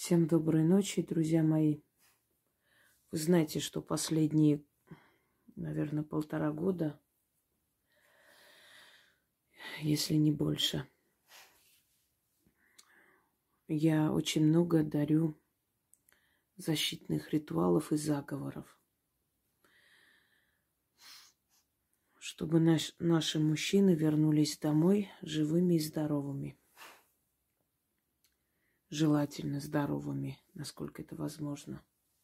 Всем доброй ночи, друзья мои. Вы знаете, что последние, наверное, 1,5 года, если не больше, я очень много дарю защитных ритуалов и заговоров, чтобы наши мужчины вернулись домой живыми и здоровыми. Желательно здоровыми, насколько это возможно.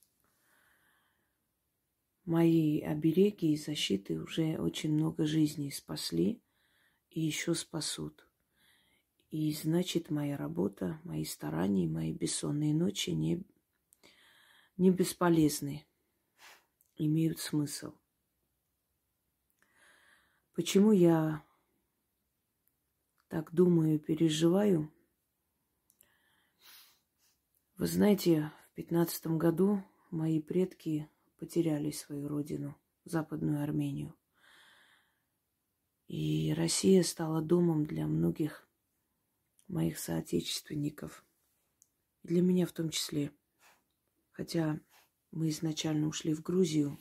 Мои обереги и защиты уже очень много жизней спасли и еще спасут. И значит, моя работа, мои старания, мои бессонные ночи не бесполезны, имеют смысл. Почему я так думаю и переживаю? Вы знаете, в 15 году мои предки потеряли свою родину, Западную Армению. И Россия стала домом для многих моих соотечественников. И для меня в том числе. Хотя мы изначально ушли в Грузию.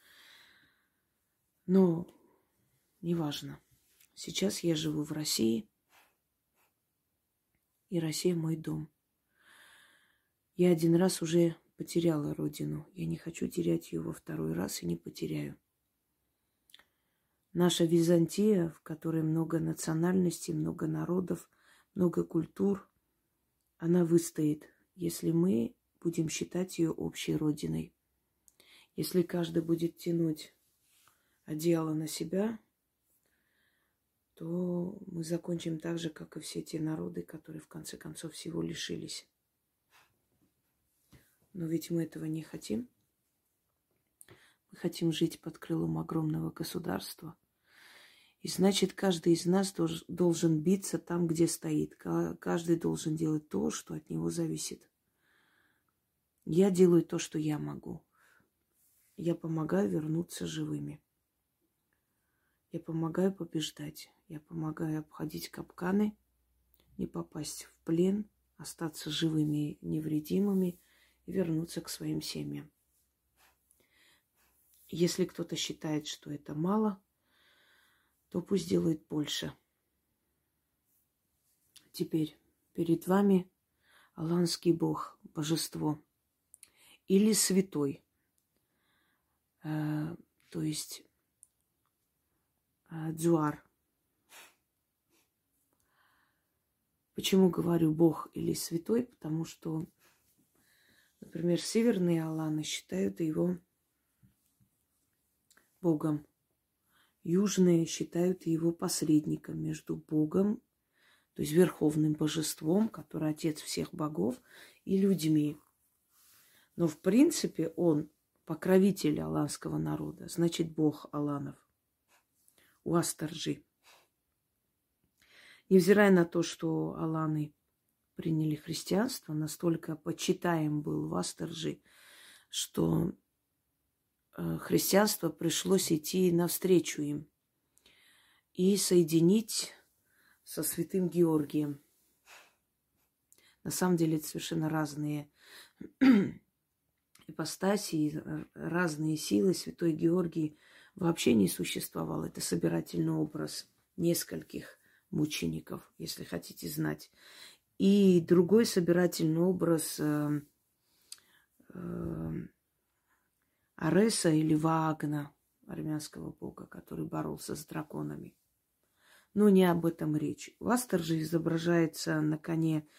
Но неважно. Сейчас я живу в России. И Россия мой дом. Я один раз уже потеряла родину. Я не хочу терять ее во второй раз и не потеряю. Наша Византия, в которой много национальностей, много народов, много культур, она выстоит, если мы будем считать ее общей родиной. Если каждый будет тянуть одеяло на себя, то мы закончим так же, как и все те народы, которые в конце концов всего лишились. Но ведь мы этого не хотим. Мы хотим жить под крылом огромного государства. И значит, каждый из нас должен биться там, где стоит. Каждый должен делать то, что от него зависит. Я делаю то, что я могу. Я помогаю вернуться живыми. Я помогаю побеждать. Я помогаю обходить капканы, не попасть в плен, остаться живыми и невредимыми и вернуться к своим семьям. Если кто-то считает, что это мало, то пусть делает больше. Теперь перед вами аланский бог, божество или святой, то есть дзуар. Почему говорю бог или святой? Потому что, например, северные аланы считают его богом. Южные считают его посредником между Богом, то есть верховным божеством, который отец всех богов, и людьми. Но в принципе он покровитель аланского народа, значит бог аланов. Уастарджи. Невзирая на то, что аланы приняли христианство, настолько почитаем был Уастарджи, что христианство пришлось идти навстречу им и соединить со святым Георгием. На самом деле это совершенно разные ипостаси, разные силы. Святой Георгий вообще не существовал. Это собирательный образ нескольких мучеников, если хотите знать. И другой собирательный образ Ареса или Ваагна, армянского бога, который боролся с драконами. Но не об этом речь. Уастарджи изображается на коне,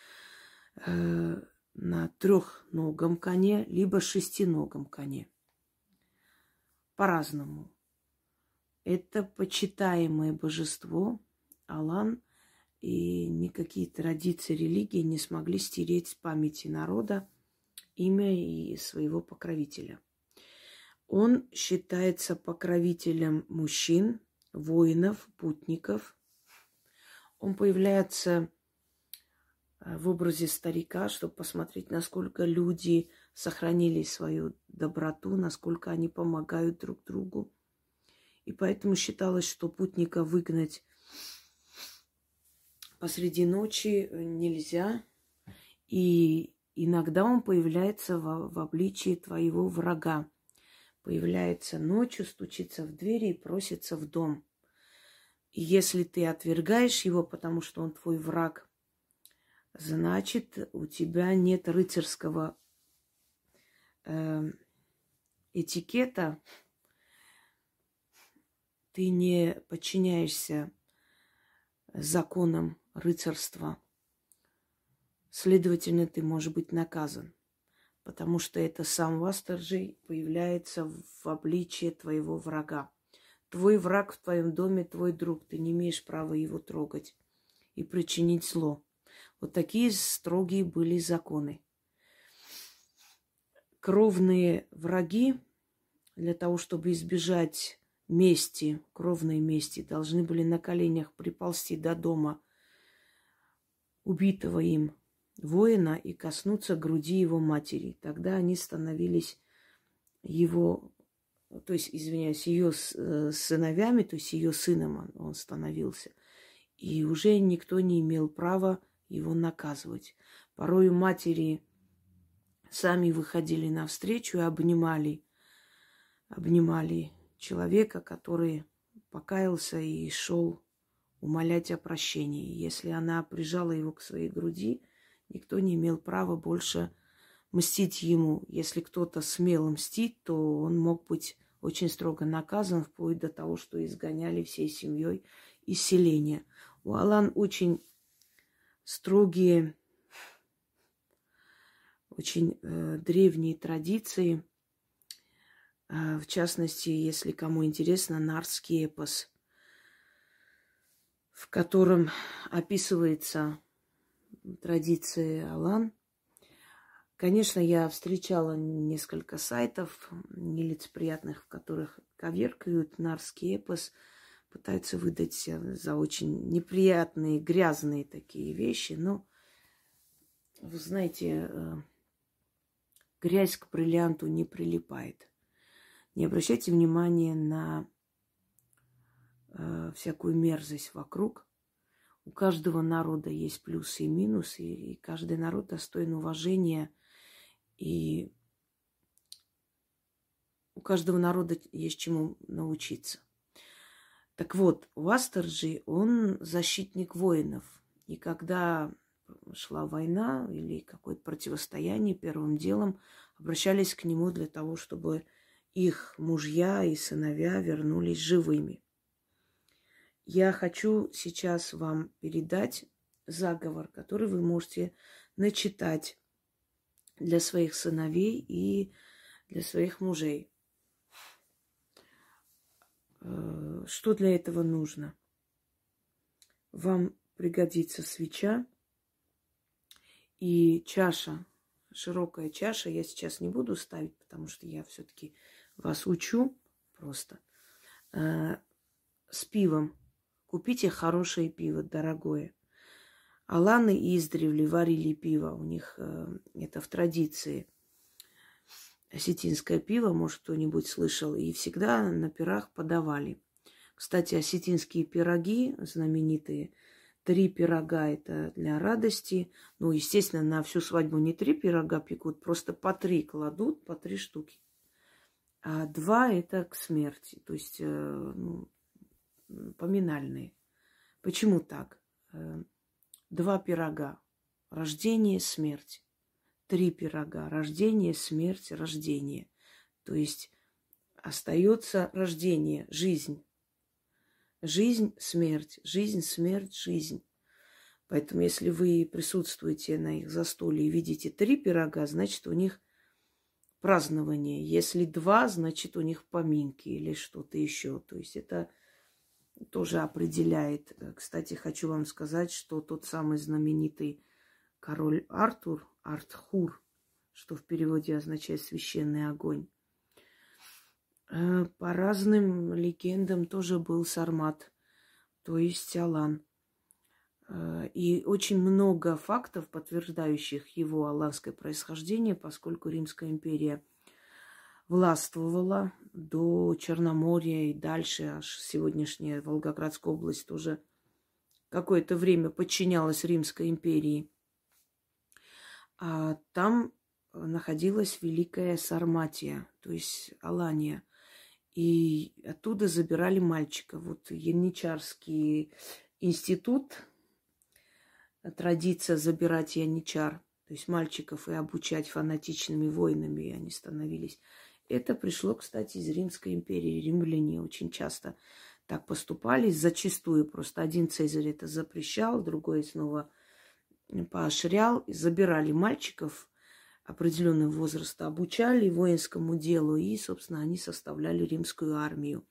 на трехногом коне, либо шестиногом коне. По-разному. Это почитаемое божество, Алан, и никакие традиции религии не смогли стереть с памяти народа имя и своего покровителя. Он считается покровителем мужчин, воинов, путников. Он появляется в образе старика, чтобы посмотреть, насколько люди сохранили свою доброту, насколько они помогают друг другу. И поэтому считалось, что путника выгнать посреди ночи нельзя. И иногда он появляется в обличии твоего врага. Появляется ночью, стучится в двери и просится в дом. И если ты отвергаешь его, потому что он твой враг, значит, у тебя нет рыцарского этикета, ты не подчиняешься законам рыцарства. Следовательно, ты можешь быть наказан, потому что это сам Вастерджи появляется в обличье твоего врага. Твой враг в твоем доме, твой друг, ты не имеешь права его трогать и причинить зло. Вот такие строгие были законы. Кровные враги, для того, чтобы избежать мести, кровной мести, должны были на коленях приползти до дома убитого им воина и коснуться груди его матери. Тогда они становились его, то есть, извиняюсь, ее сыновьями, то есть ее сыном он становился. И уже никто не имел права его наказывать. Порою матери сами выходили навстречу и обнимали человека, который покаялся и шел умолять о прощении. Если она прижала его к своей груди, никто не имел права больше мстить ему. Если кто-то смел мстить, то он мог быть очень строго наказан, вплоть до того, что изгоняли всей семьей из селения. У Алан очень строгие, очень древние традиции. В частности, если кому интересно, нарский эпос, в котором описывается традиция Алан. Конечно, я встречала несколько сайтов нелицеприятных, в которых коверкают нарский эпос, пытаются выдать за очень неприятные, грязные такие вещи. Но, вы знаете, грязь к бриллианту не прилипает. Не обращайте внимания на всякую мерзость вокруг. У каждого народа есть плюсы и минусы, и каждый народ достоин уважения. И у каждого народа есть чему научиться. Так вот, Вастерджи, он защитник воинов. И когда шла война или какое-то противостояние, первым делом обращались к нему для того, чтобы их мужья и сыновья вернулись живыми. Я хочу сейчас вам передать заговор, который вы можете начитать для своих сыновей и для своих мужей. Что для этого нужно? Вам пригодится свеча и чаша, широкая чаша. Я сейчас не буду ставить, потому что я все-таки вас учу просто. С пивом. Купите хорошее пиво, дорогое. Аланы издревле варили пиво. У них это в традиции. Осетинское пиво, может, кто-нибудь слышал. И всегда на пирах подавали. Кстати, осетинские пироги знаменитые. 3 пирога – это для радости. Ну, естественно, на всю свадьбу не 3 пирога пекут. Просто по 3 кладут, по 3 штуки. А 2 – это к смерти. То есть, поминальные. Почему так? 2 пирога. Рождение, смерть. 3 пирога. Рождение, смерть, рождение. То есть остается рождение, жизнь. Жизнь, смерть. Жизнь, смерть, жизнь. Поэтому, если вы присутствуете на их застолье и видите 3 пирога, значит, у них празднование. Если 2, значит, у них поминки или что-то еще. То есть это тоже определяет. Кстати, хочу вам сказать, что тот самый знаменитый король Артур, Артхур, что в переводе означает священный огонь, по разным легендам тоже был сармат, то есть алан. И очень много фактов, подтверждающих его аланское происхождение, поскольку Римская империя властвовала до Черноморья и дальше, аж сегодняшняя Волгоградская область тоже какое-то время подчинялась Римской империи. А там находилась Великая Сарматия, то есть Алания. И оттуда забирали мальчиков. Вот Яничарский институт, традиция забирать яничар, то есть мальчиков, и обучать фанатичными воинами, и они становились. Это пришло, кстати, из Римской империи. Римляне очень часто так поступали, зачастую просто один Цезарь это запрещал, другой снова поощрял, забирали мальчиков определенного возраста, обучали воинскому делу, и, собственно, они составляли римскую армию.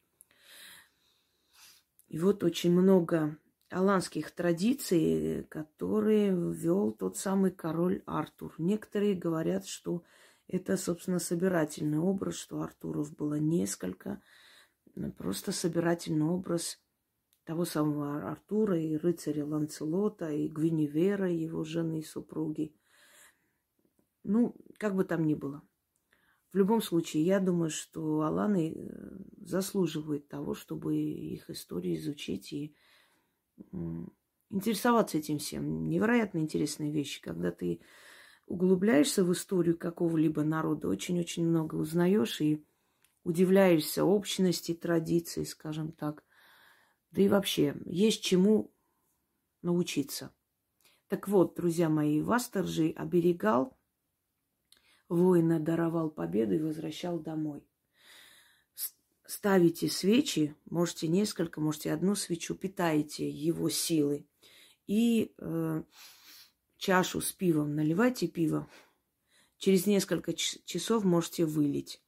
И вот очень много аланских традиций, которые ввел тот самый король Артур. Некоторые говорят, что это, собственно, собирательный образ, что Артуров было несколько, просто собирательный образ того самого Артура и рыцаря Ланцелота, и Гвиневера, его жены и супруги. Ну, как бы там ни было. В любом случае, я думаю, что аланы заслуживают того, чтобы их историю изучить и интересоваться этим всем. Невероятно интересные вещи. Когда ты углубляешься в историю какого-либо народа, очень-очень много узнаешь и удивляешься общности традиций, скажем так. Да и вообще, есть чему научиться. Так вот, друзья мои, Васторжий оберегал воина, даровал победу и возвращал домой. Ставите свечи, можете несколько, можете одну свечу, питаете его силой. И чашу с пивом, наливайте пиво. Через несколько часов можете вылить.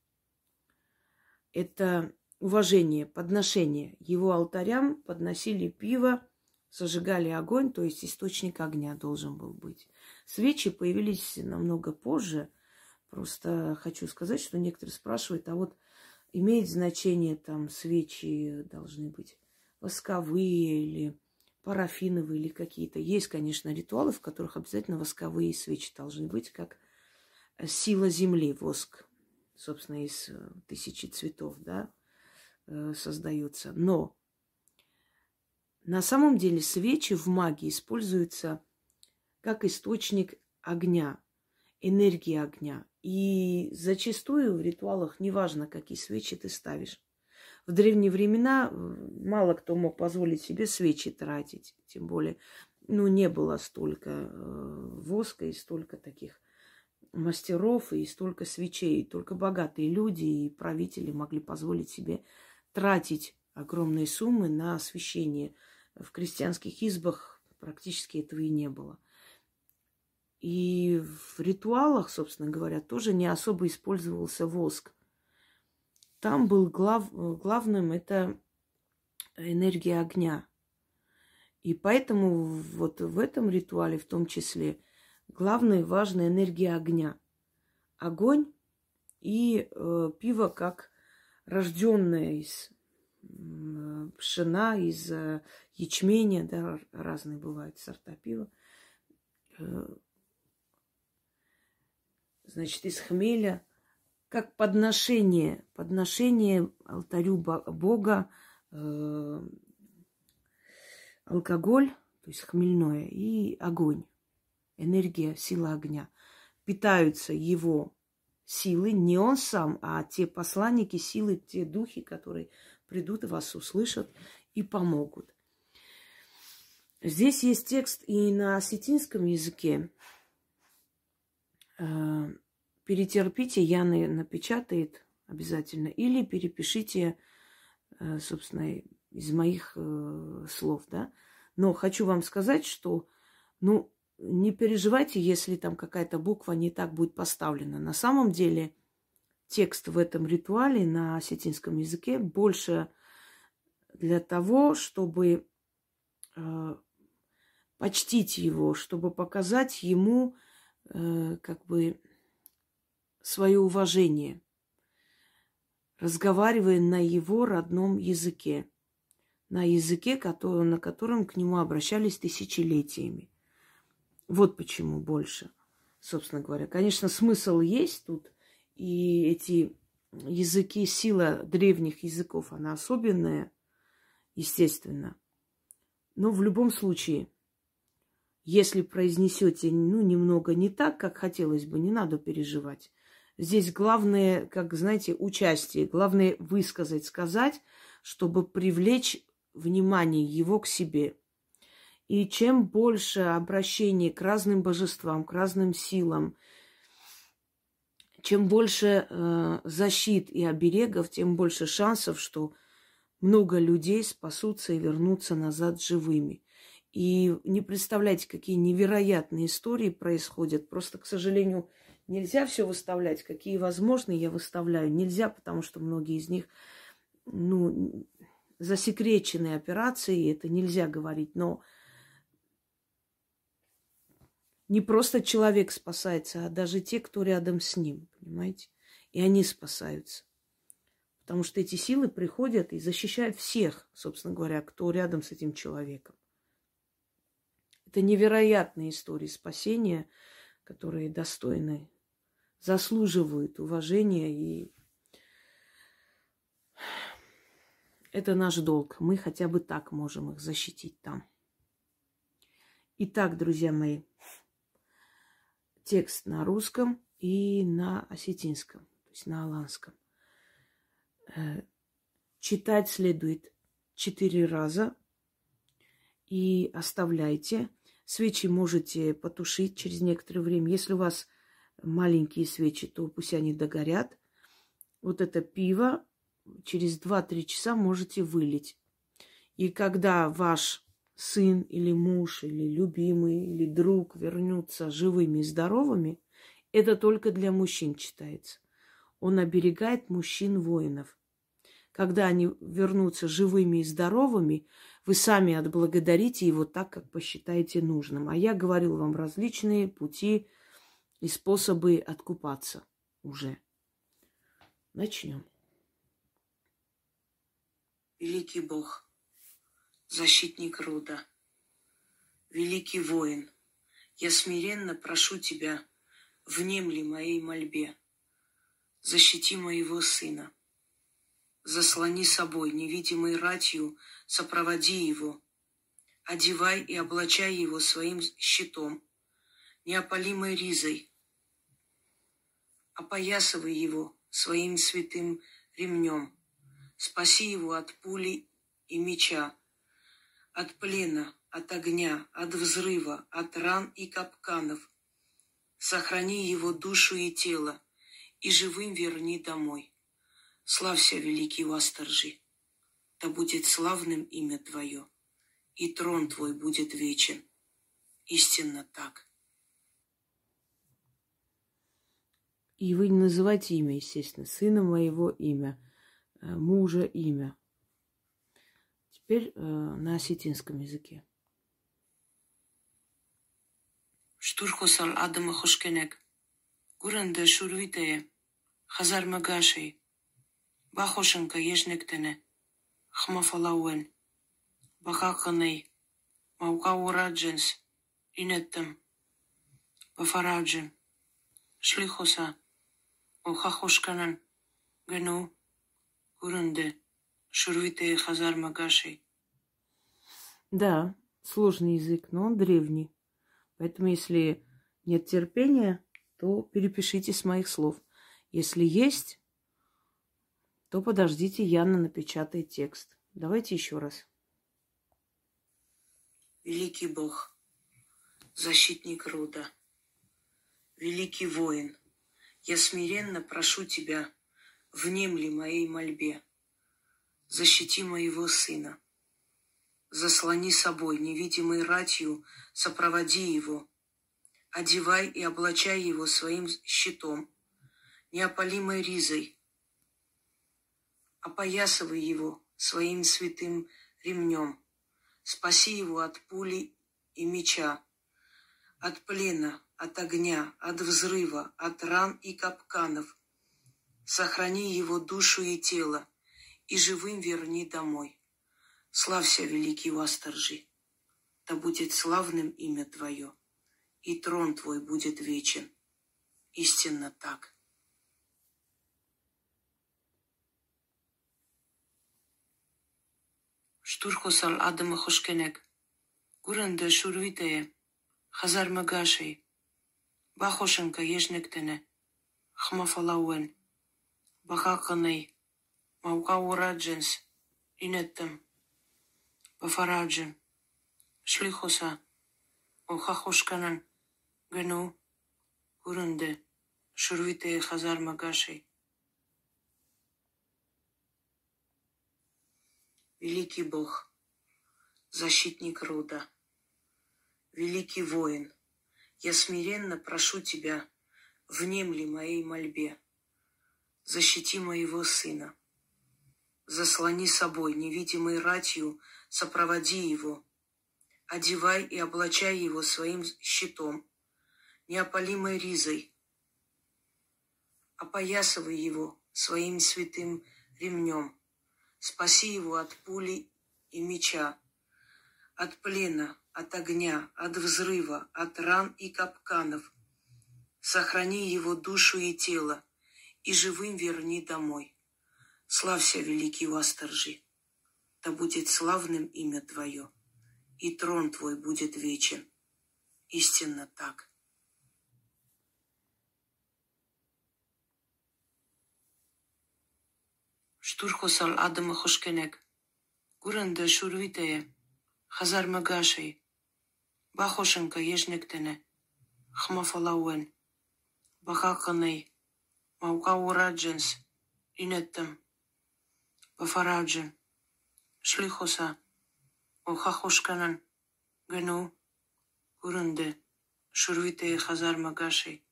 Это уважение, подношение. Его алтарям подносили пиво, зажигали огонь, то есть источник огня должен был быть. Свечи появились намного позже. Просто хочу сказать, что некоторые спрашивают, а вот имеет значение там свечи должны быть восковые или парафиновые или какие-то. Есть, конечно, ритуалы, в которых обязательно восковые свечи должны быть, как сила земли, воск, собственно, из тысячи цветов, да, создается. Но на самом деле свечи в магии используются как источник огня, энергии огня. И зачастую в ритуалах неважно, какие свечи ты ставишь. В древние времена мало кто мог позволить себе свечи тратить. Тем более, не было столько воска и столько таких мастеров и столько свечей. Только богатые люди и правители могли позволить себе тратить огромные суммы на освещение. В крестьянских избах практически этого и не было. И в ритуалах, собственно говоря, тоже не особо использовался воск. Там был главным это энергия огня. И поэтому вот в этом ритуале в том числе главная важная энергия огня. Огонь и пиво как рожденное из пшена, из ячменя, да, разные бывают сорта пива. Значит, из хмеля, как подношение алтарю Бога, алкоголь, то есть хмельное, и огонь, энергия, сила огня. Питаются его силы, не он сам, а те посланники силы, те духи, которые придут и вас услышат и помогут. Здесь есть текст и на осетинском языке. Перетерпите, Яна напечатает обязательно, или перепишите, собственно, из моих слов, да. Но хочу вам сказать, что, не переживайте, если там какая-то буква не так будет поставлена. На самом деле текст в этом ритуале на осетинском языке больше для того, чтобы почтить его, чтобы показать ему свое уважение, разговаривая на его родном языке, на языке, на котором к нему обращались тысячелетиями. Вот почему больше, собственно говоря. Конечно, смысл есть тут, и эти языки, сила древних языков, она особенная, естественно. Но в любом случае, Если произнесете, ну, немного не так, как хотелось бы, не надо переживать. Здесь главное, как знаете, участие. Главное высказать, сказать, чтобы привлечь внимание его к себе. И чем больше обращений к разным божествам, к разным силам, чем больше защит и оберегов, тем больше шансов, что много людей спасутся и вернутся назад живыми. И не представляете, какие невероятные истории происходят. Просто, к сожалению, нельзя все выставлять. Какие возможны, я выставляю. Нельзя, потому что многие из них, ну, засекреченные операции, это нельзя говорить. Но не просто человек спасается, а даже те, кто рядом с ним, понимаете? И они спасаются. Потому что эти силы приходят и защищают всех, собственно говоря, кто рядом с этим человеком. Это невероятные истории спасения, которые достойны, заслуживают уважения. И это наш долг. Мы хотя бы так можем их защитить там. Итак, друзья мои, текст на русском и на осетинском, то есть на аланском. Читать следует 4 раза и оставляйте. Свечи можете потушить через некоторое время. Если у вас маленькие свечи, то пусть они догорят. Вот это пиво через 2-3 часа можете вылить. И когда ваш сын или муж, или любимый, или друг вернутся живыми и здоровыми, это только для мужчин читается. Он оберегает мужчин-воинов. Когда они вернутся живыми и здоровыми, вы сами отблагодарите его так, как посчитаете нужным. А я говорил вам различные пути и способы откупаться уже. Начнем. Великий Бог, защитник рода, великий воин, я смиренно прошу тебя, внемли моей мольбе, защити моего сына. Заслони собой невидимой ратью, сопроводи его. Одевай и облачай его своим щитом, неопалимой ризой. Опоясывай его своим святым ремнем. Спаси его от пули и меча, от плена, от огня, от взрыва, от ран и капканов. Сохрани его душу и тело, и живым верни домой. Славься, великий Уасторжи, да будет славным имя Твое, и трон Твой будет вечен. Истинно так. И вы не называйте имя, естественно, сына моего имя, мужа имя. Теперь на осетинском языке. Штурхосал Адама Хошкенек, Гуранде Шурвитее, Хазар Магашей, Бахошенка ежнектене, Хмафалауэн, Бахаканей, Маукаурадженс, Инеттем, Бафараджем, Шлихоса, Охахошканан, Гену, Гурунде, Шурвитые Хазар Магашей. Да, сложный язык, но он древний. Поэтому, если нет терпения, то перепишите с моих слов. Если есть, то подождите, Яна напечатает текст. Давайте еще раз. Великий Бог, защитник рода, великий воин, я смиренно прошу тебя, внемли моей мольбе, защити моего сына. Заслони собой невидимой ратью, сопроводи его. Одевай и облачай его своим щитом, неопалимой ризой. Опоясывай его своим святым ремнем. Спаси его от пули и меча, от плена, от огня, от взрыва, от ран и капканов. Сохрани его душу и тело, и живым верни домой. Славься, великий Уасторжи, да будет славным имя Твое, и трон Твой будет вечен. Истинно так. Штурхосал Адама Хошкенек, Гуранде Шурвитее, Хазар Магашей, Бахошенка ежнектене, Хмафалауэн, Бахаканей, Маукаурадженс, Инеттем, Бафараджен, Шлихоса, Охахошканан, Гену, Урунде, Шурвите Хазар Магашей. Великий Бог, защитник рода, великий воин, я смиренно прошу тебя, внемли моей мольбе, защити моего сына, заслони собой невидимой ратью, сопроводи его, одевай и облачай его своим щитом, неопалимой ризой, опоясывай его своим святым ремнем, спаси его от пули и меча, от плена, от огня, от взрыва, от ран и капканов. Сохрани его душу и тело, и живым верни домой. Славься, великий восторжи, да будет славным имя твое, и трон твой будет вечен. Истинно так. Штурхосал Адама Хошкенек, Гуренде Шурвитее, Хазар Магашей, Бахошенка ежнектене, Хмафалауэн, Бахаканей, Маукаурадженс, Инеттем, Бафараджен, Шлихоса, Охахошканан, Гену, Гуренде, Шурвитее Хазар Магашей.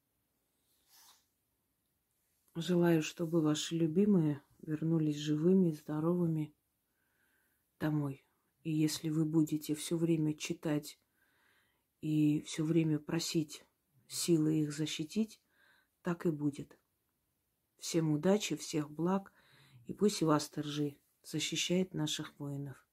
Желаю, чтобы ваши любимые вернулись живыми, здоровыми домой. И если вы будете все время читать и все время просить силы их защитить, так и будет. Всем удачи, всех благ, и пусть Восторжи защищает наших воинов.